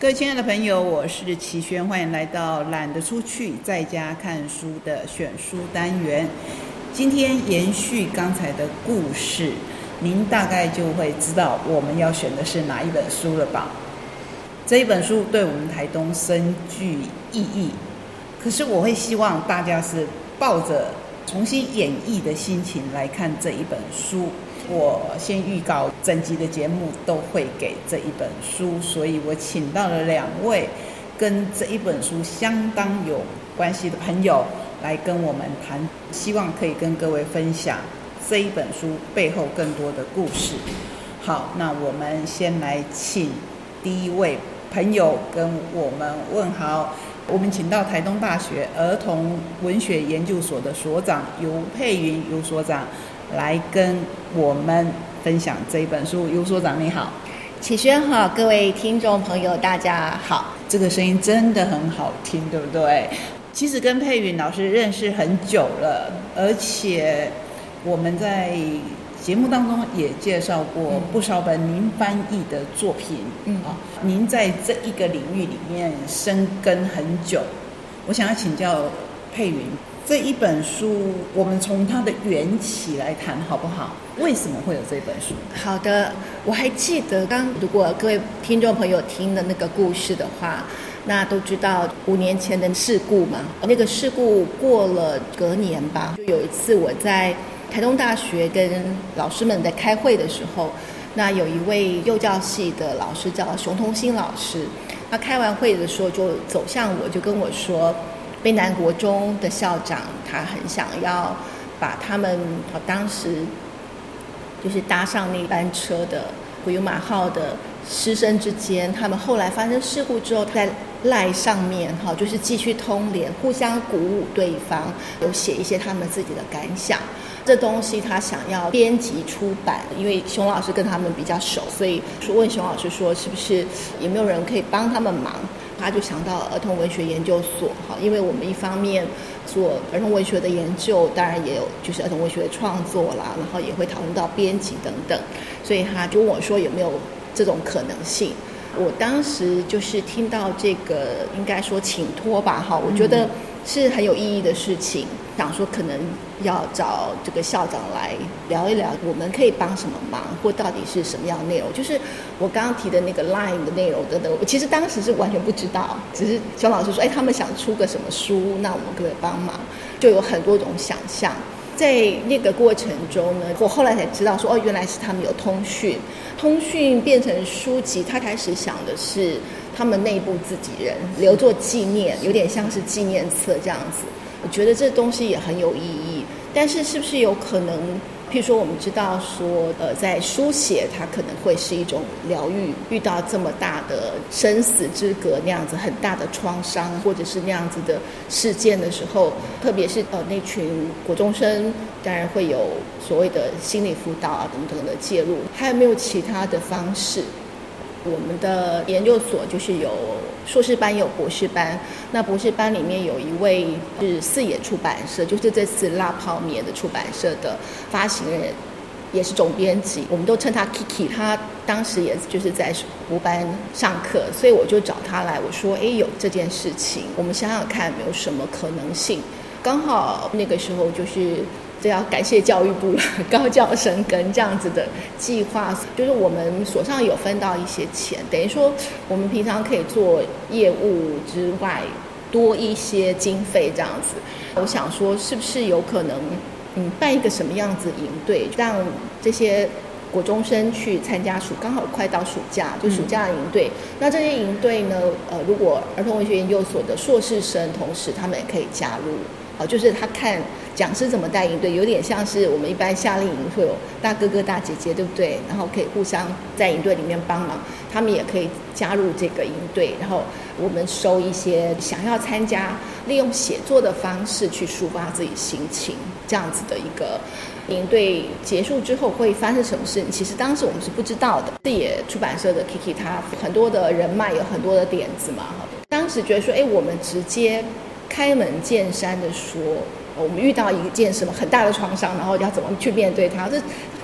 各位亲爱的朋友，我是齐轩，欢迎来到懒得出去在家看书的选书单元。今天延续刚才的故事，您大概就会知道我们要选的是哪一本书了吧？这一本书对我们台东深具意义，可是我会希望大家是抱着重新演绎的心情来看这一本书。我先预告整集的节目都会给这一本书，所以我请到了2位跟这一本书相当有关系的朋友来跟我们谈，希望可以跟各位分享这一本书背后更多的故事。好，那我们先来请第一位朋友跟我们问好。我们请到台东大学儿童文学研究所的所长尤佩云尤所长来跟我们分享这一本书。尤所长你好。 启轩好，各位听众朋友大家好。 这个声音真的很好听，对不对？其实跟佩云老师认识很久了，而且我们在节目当中也介绍过不少本您翻译的作品。您在这一个领域里面深耕很久。我想要请教佩云，这一本书我们从它的缘起来谈好不好？为什么会有这本书？ 好的，我还记得如果各位听众朋友听的那个故事的话，那都知道5年前的事故嘛。那个事故过了隔年吧，就有一次我在台东大学跟老师们在开会的时候，那有一位幼教系的老师叫熊同心老师，他开完会的时候就走向我，就跟我说，卑南国中的校长他很想要把他们当时就是搭上那班车的古尤马号的师生之间，他们后来发生事故之后，在赖上面就是继续通联，互相鼓舞对方，有写一些他们自己的感想。这东西他想要编辑出版，因为熊老师跟他们比较熟，所以问熊老师说是不是有没有人可以帮他们忙。他就想到儿童文学研究所，因为我们一方面做儿童文学的研究，当然也有就是儿童文学的创作啦，然后也会讨论到编辑等等，所以他就问我说有没有这种可能性。我当时就是听到这个应该说请托吧，我觉得是很有意义的事情，想说可能要找这个校长来聊一聊，我们可以帮什么忙，或到底是什么样的内容。就是我刚刚提的那个 line 的内容等等，我其实当时是完全不知道，只是熊老师说他们想出个什么书，那我们可不可以帮忙，就有很多种想象。在那个过程中呢，我后来才知道说原来是他们有通讯变成书籍，他开始想的是他们内部自己人留作纪念，有点像是纪念册这样子。我觉得这东西也很有意义，但是是不是有可能，譬如说我们知道说在书写它可能会是一种疗愈，遇到这么大的生死之隔那样子很大的创伤，或者是那样子的事件的时候，特别是那群国中生当然会有所谓的心理辅导啊等等的介入，还有没有其他的方式？我们的研究所就是有硕士班有博士班，那博士班里面有一位是四野出版社，就是这次辣泡面的出版社的发行人，也是总编辑，我们都称他 Kiki， 他当时也就是在博班上课，所以我就找他来，我说有这件事情，我们想想看有没有什么可能性。刚好那个时候就是这要感谢教育部了，高教生耕这样子的计划，就是我们所上有分到一些钱，等于说我们平常可以做业务之外多一些经费这样子。我想说是不是有可能办一个什么样子营队，让这些国中生去参加刚好快到暑假，就暑假的营队。那这些营队呢，如果儿童文学研究所的硕士生同时他们也可以加入。就是他看讲师怎么带营队，有点像是我们一般夏令营会有大哥哥大姐姐，对不对？然后可以互相在营队里面帮忙，他们也可以加入这个营队，然后我们收一些想要参加，利用写作的方式去抒发自己心情，这样子的一个营队结束之后会发生什么事情，其实当时我们是不知道的。这也出版社的 Kiki 他很多的人脉，有很多的点子嘛，当时觉得说我们直接开门见山的说我们遇到一件什么很大的创伤，然后要怎么去面对它，这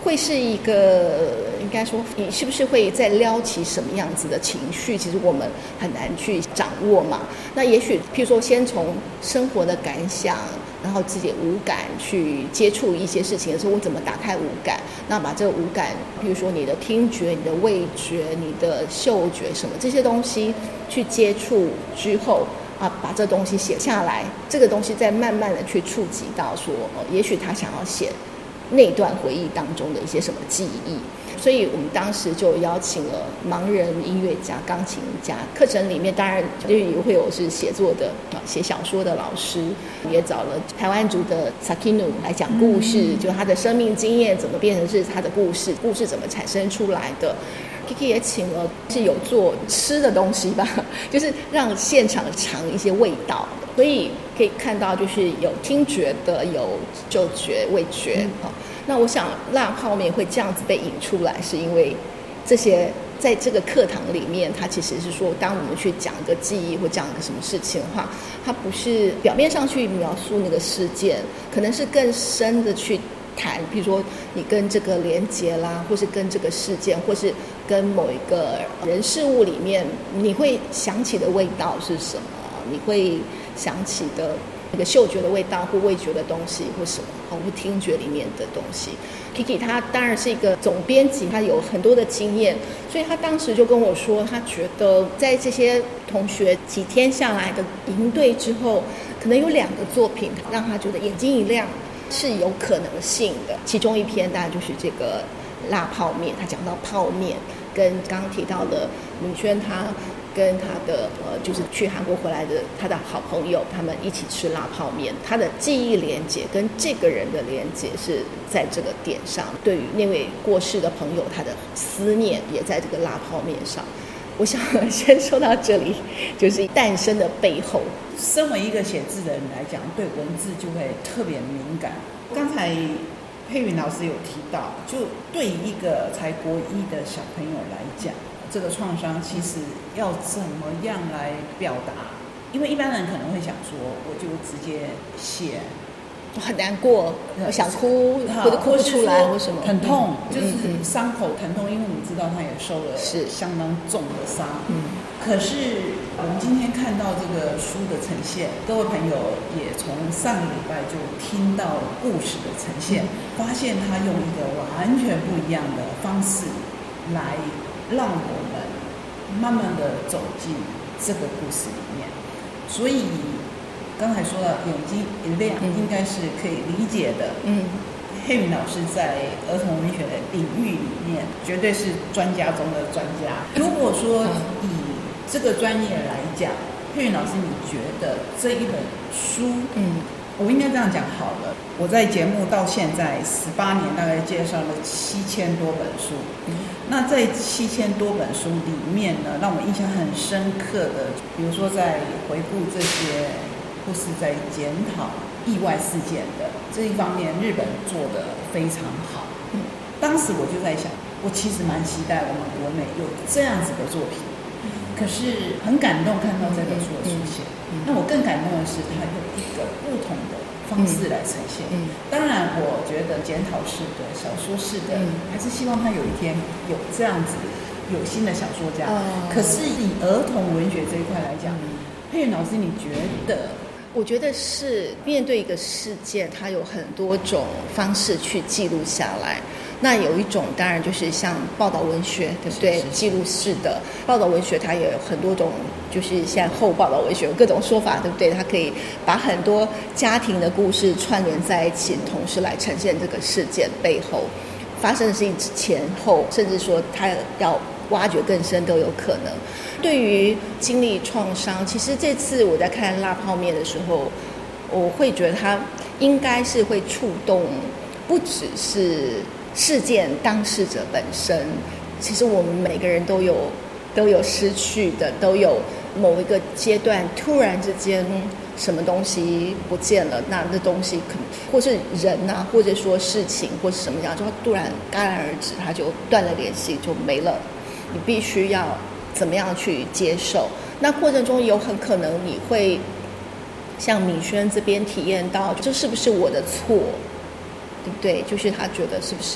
会是一个，应该说你是不是会再撩起什么样子的情绪，其实我们很难去掌握嘛。那也许譬如说先从生活的感想，然后自己五感去接触一些事情的时候，我怎么打开五感，那把这个五感，譬如说你的听觉、你的味觉、你的嗅觉什么这些东西去接触之后啊，把这东西写下来，这个东西再慢慢的去触及到说，也许他想要写那段回忆当中的一些什么记忆。所以我们当时就邀请了盲人音乐家、钢琴家，课程里面当然也会有是写作的、写小说的老师，也找了台湾族的 Sakinu 来讲故事，就他的生命经验怎么变成是他的故事，故事怎么产生出来的。Kiki 也请了是有做吃的东西吧，就是让现场尝一些味道的，所以可以看到就是有听觉的，有嗅觉、味觉。那我想辣泡面会这样子被引出来，是因为这些在这个课堂里面，它其实是说，当我们去讲一个记忆或讲一个什么事情的话，它不是表面上去描述那个事件，可能是更深的去谈，比如说你跟这个连结啦，或是跟这个事件，或是跟某一个人事物里面，你会想起的味道是什么？你会想起的那个嗅觉的味道或味觉的东西或什么，或听觉里面的东西。Kiki 他当然是一个总编辑，他有很多的经验，所以他当时就跟我说，他觉得在这些同学几天下来的营队之后，可能有2个作品让他觉得眼睛一亮，是有可能性的。其中一篇当然就是这个辣泡面，他讲到泡面，跟刚刚提到的敏轩他跟他的就是去韩国回来的他的好朋友，他们一起吃辣泡面，他的记忆连结跟这个人的连结是在这个点上，对于那位过世的朋友，他的思念也在这个辣泡面上。我想先说到这里，就是诞生的背后。 身为一个写字的人来讲，对文字就会特别敏感。刚才佩云老师有提到，就对一个才国1的小朋友来讲，这个创伤其实要怎么样来表达？因为一般人可能会想说，我就直接写， 很难过，我想哭，或者哭不出来，或什么很痛，就是伤口疼痛，因为我们知道他也受了相当重的伤。可是我们今天看到这个书的呈现，各位朋友也从上个礼拜就听到故事的呈现，发现他用一个完全不一样的方式来让我们慢慢的走进这个故事里面。所以刚才说到眼睛一亮，应该是可以理解的。佩云老师在儿童文学的领域里面，绝对是专家中的专家。如果说以这个专业来讲，佩云老师，你觉得这一本书，我应该这样讲好了。我在节目到现在18年，大概介绍了7000多本书。那在7000多本书里面呢，让我印象很深刻的，比如说在回顾这些，或是在检讨意外事件的这一方面，日本做得非常好。当时我就在想，我其实蛮期待我们国美有这样子的作品。可是很感动看到这本书的出现，那我更感动的是它用一个不同的方式来呈现。当然我觉得检讨式的、小说式的，还是希望他有一天有这样子有新的小说家。可是以儿童文学这一块来讲，佩云老师你觉得？ 我觉得是面对一个事件，它有很多种方式去记录下来。那有一种当然就是像报道文学，对不对？记录式的报道文学，它也有很多种，就是现在后报道文学有各种说法，对不对？它可以把很多家庭的故事串联在一起，同时来呈现这个事件背后发生的事情前后，甚至说它要挖掘更深都有可能。对于经历创伤，其实这次我在看辣泡面的时候，我会觉得它应该是会触动，不只是事件当事者本身，其实我们每个人都有失去的，都有某一个阶段突然之间什么东西不见了，那东西可能或是人啊，或者说事情或是什么样，就突然戛然而止，它就断了联系，就没了。你必须要怎么样去接受？那过程中有很可能你会像敏轩这边体验到，这是不是我的错？对不对？就是他觉得是不是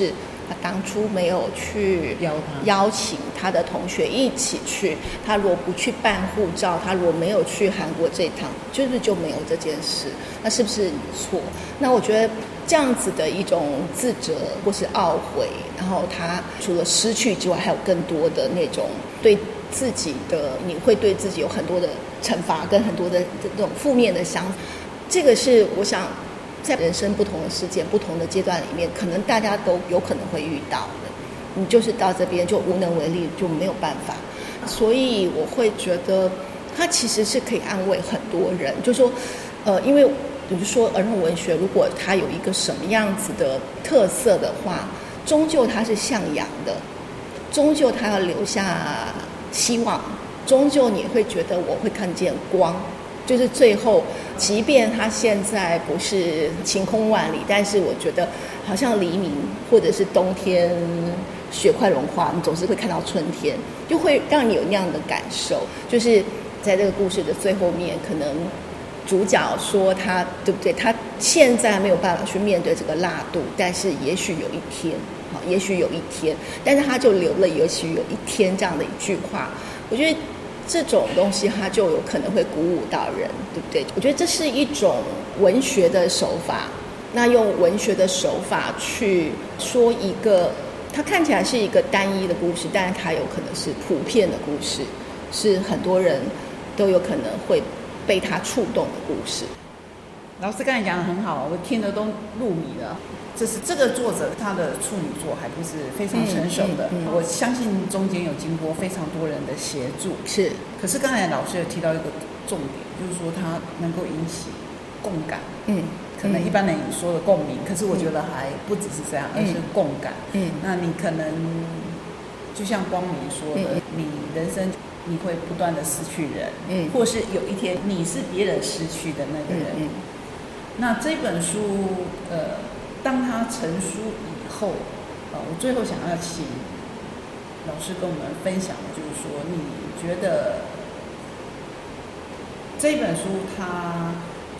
他当初没有去邀请他的同学一起去，他如果不去办护照，他如果没有去韩国这一趟，就没有这件事，那是不是错？那我觉得这样子的一种自责或是懊悔，然后他除了失去之外，还有更多的那种对自己的，你会对自己有很多的惩罚跟很多的这种负面的想法。这个是我想在人生不同的事件不同的阶段里面，可能大家都有可能会遇到的，你就是到这边就无能为力，就没有办法。所以我会觉得它其实是可以安慰很多人，就说因为比如说儿童文学如果它有一个什么样子的特色的话，终究它是向阳的，终究它要留下希望，终究你会觉得我会看见光，就是最后即便它现在不是晴空万里，但是我觉得好像黎明或者是冬天雪快融化，你总是会看到春天，就会让你有那样的感受。就是在这个故事的最后面，可能主角说他对不对，他现在没有办法去面对这个辣度，但是也许有一天，也许有一天，但是他就留了也许有一天这样的一句话，我觉得这种东西它就有可能会鼓舞到人，对不对？我觉得这是一种文学的手法，那用文学的手法去说一个它看起来是一个单一的故事，但是它有可能是普遍的故事，是很多人都有可能会被它触动的故事。 老师刚才讲得很好，我听得都入迷了。这个作者他的处女作还不是非常成熟的，我相信中间有经过非常多人的协助。 是， 可是刚才老师有提到一个重点，就是说他能够引起共感。可能一般人说的共鸣，可是我觉得还不只是这样，而是共感。那你可能就像光明说的，你人生你会不断的失去人，或是有一天你是别人失去的那个人。那这本书当它成书以后，我最后想要请老师跟我们分享的就是说，你觉得这本书它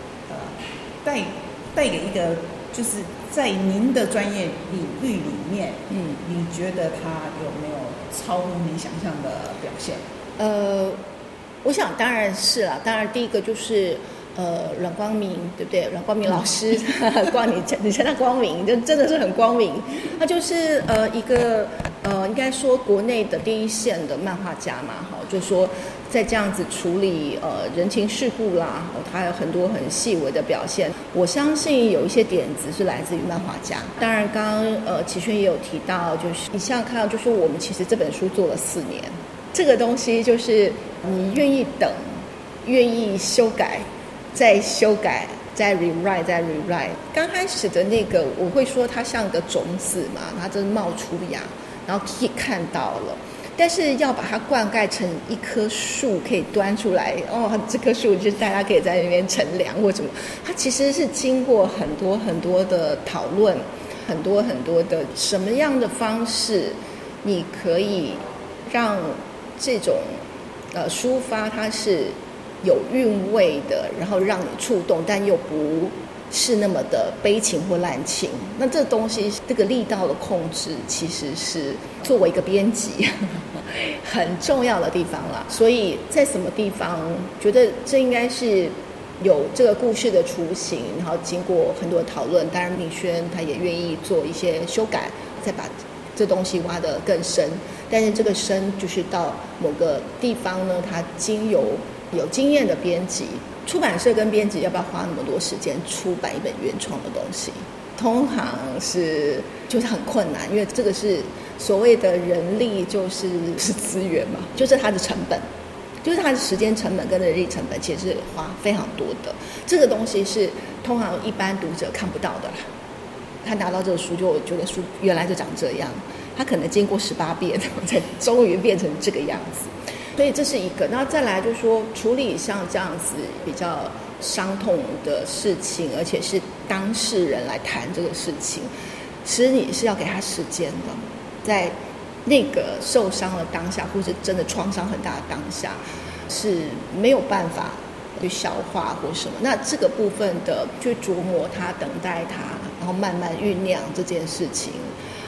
带给一个，就是在您的专业领域里面，你觉得它有没有超乎你想象的表现？ 我想当然是啦，当然第一个就是阮光明，对不对？阮光明老师，你称他光明，就真的是很光明。他就是一个应该说国内的第一线的漫画家嘛，就说在这样子处理人情世故啦，他有很多很细微的表现。我相信有一些点子是来自于漫画家。当然，刚刚启轩也有提到，就是你想想看，就是我们其实这本书做了4年，这个东西就是你愿意等，愿意修改。再修改，再 rewrite， 再 rewrite。刚开始的那个，我会说它像个种子嘛，它真冒出芽，然后可以看到了。但是要把它灌溉成一棵树，可以端出来，这棵树就是大家可以在那边乘凉或什么。它其实是经过很多很多的讨论，很多很多的什么样的方式，你可以让这种抒发它是有韵味的，然后让你触动，但又不是那么的悲情或滥情。那这东西，这个力道的控制，其实是作为一个编辑很重要的地方啦。所以在什么地方，觉得这应该是有这个故事的雏形，然后经过很多讨论，当然明轩他也愿意做一些修改，再把这东西挖得更深。但是这个深就是到某个地方呢，它经由有经验的编辑，出版社跟编辑要不要花那么多时间出版一本原创的东西？通常就是很困难，因为这个是所谓的人力，就是资源嘛，就是它的成本，就是它的时间成本跟人力成本，其实是花非常多的。这个东西是通常一般读者看不到的啦。他拿到这个书就觉得书原来就长这样，他可能经过18遍才终于变成这个样子。所以这是一个，然后再来就是说处理像这样子比较伤痛的事情，而且是当事人来谈这个事情，其实你是要给他时间的，在那个受伤的当下，或者真的创伤很大的当下，是没有办法去消化或什么。那这个部分的去琢磨它，等待它，然后慢慢酝酿这件事情，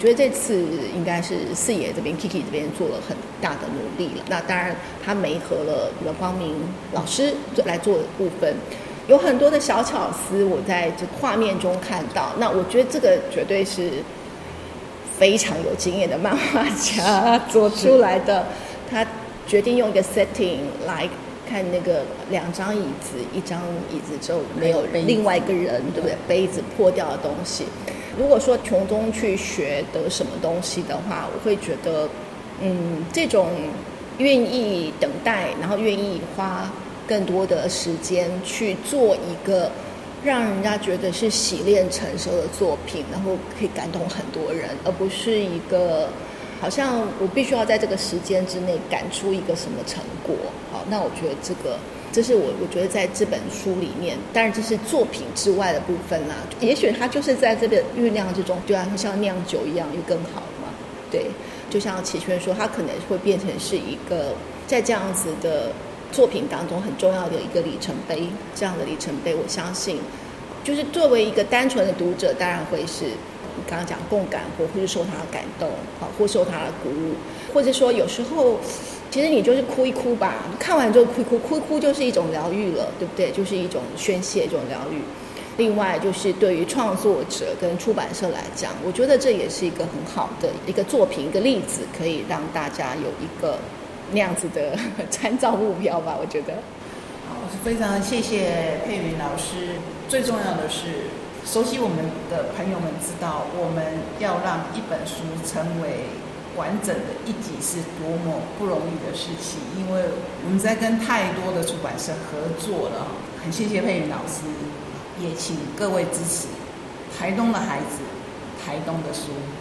觉得这次应该是四爷这边 Kiki 这边做了很大的努力了。那当然他媒合了阮光明老师来做的部分，有很多的小巧思我在这画面中看到。那我觉得这个绝对是非常有经验的漫画家做出来的。他决定用一个 setting 来看那个2张椅子，一张椅子之后没有另外一个人，对不对？杯子破掉的东西。如果说从中去学得什么东西的话，我会觉得，这种愿意等待，然后愿意花更多的时间去做一个让人家觉得是洗练成熟的作品，然后可以感动很多人，而不是一个好像我必须要在这个时间之内赶出一个什么成果。好，那我觉得这是我觉得在这本书里面，当然这是作品之外的部分啦。也许它就是在这个酝酿之中，就像酿酒一样，又更好嘛。对，就像启轩说，它可能会变成是一个在这样子的作品当中很重要的一个里程碑。这样的里程碑，我相信就是作为一个单纯的读者，当然会是你刚刚讲共感，或是受他的感动，或受他的鼓舞，或者说有时候其实你就是哭一哭吧，看完之后哭一哭就是一种疗愈了，对不对？就是一种宣泄，一种疗愈。另外就是对于创作者跟出版社来讲，我觉得这也是一个很好的一个作品，一个例子，可以让大家有一个那样子的参照目标吧，我觉得。 好，非常谢谢佩云老师。最重要的是，熟悉我们的朋友们知道，我们要让一本书成为完整的一集是多么不容易的事情，因为我们在跟太多的出版社合作了。很谢谢佩云老师，也请各位支持台东的孩子，台东的书。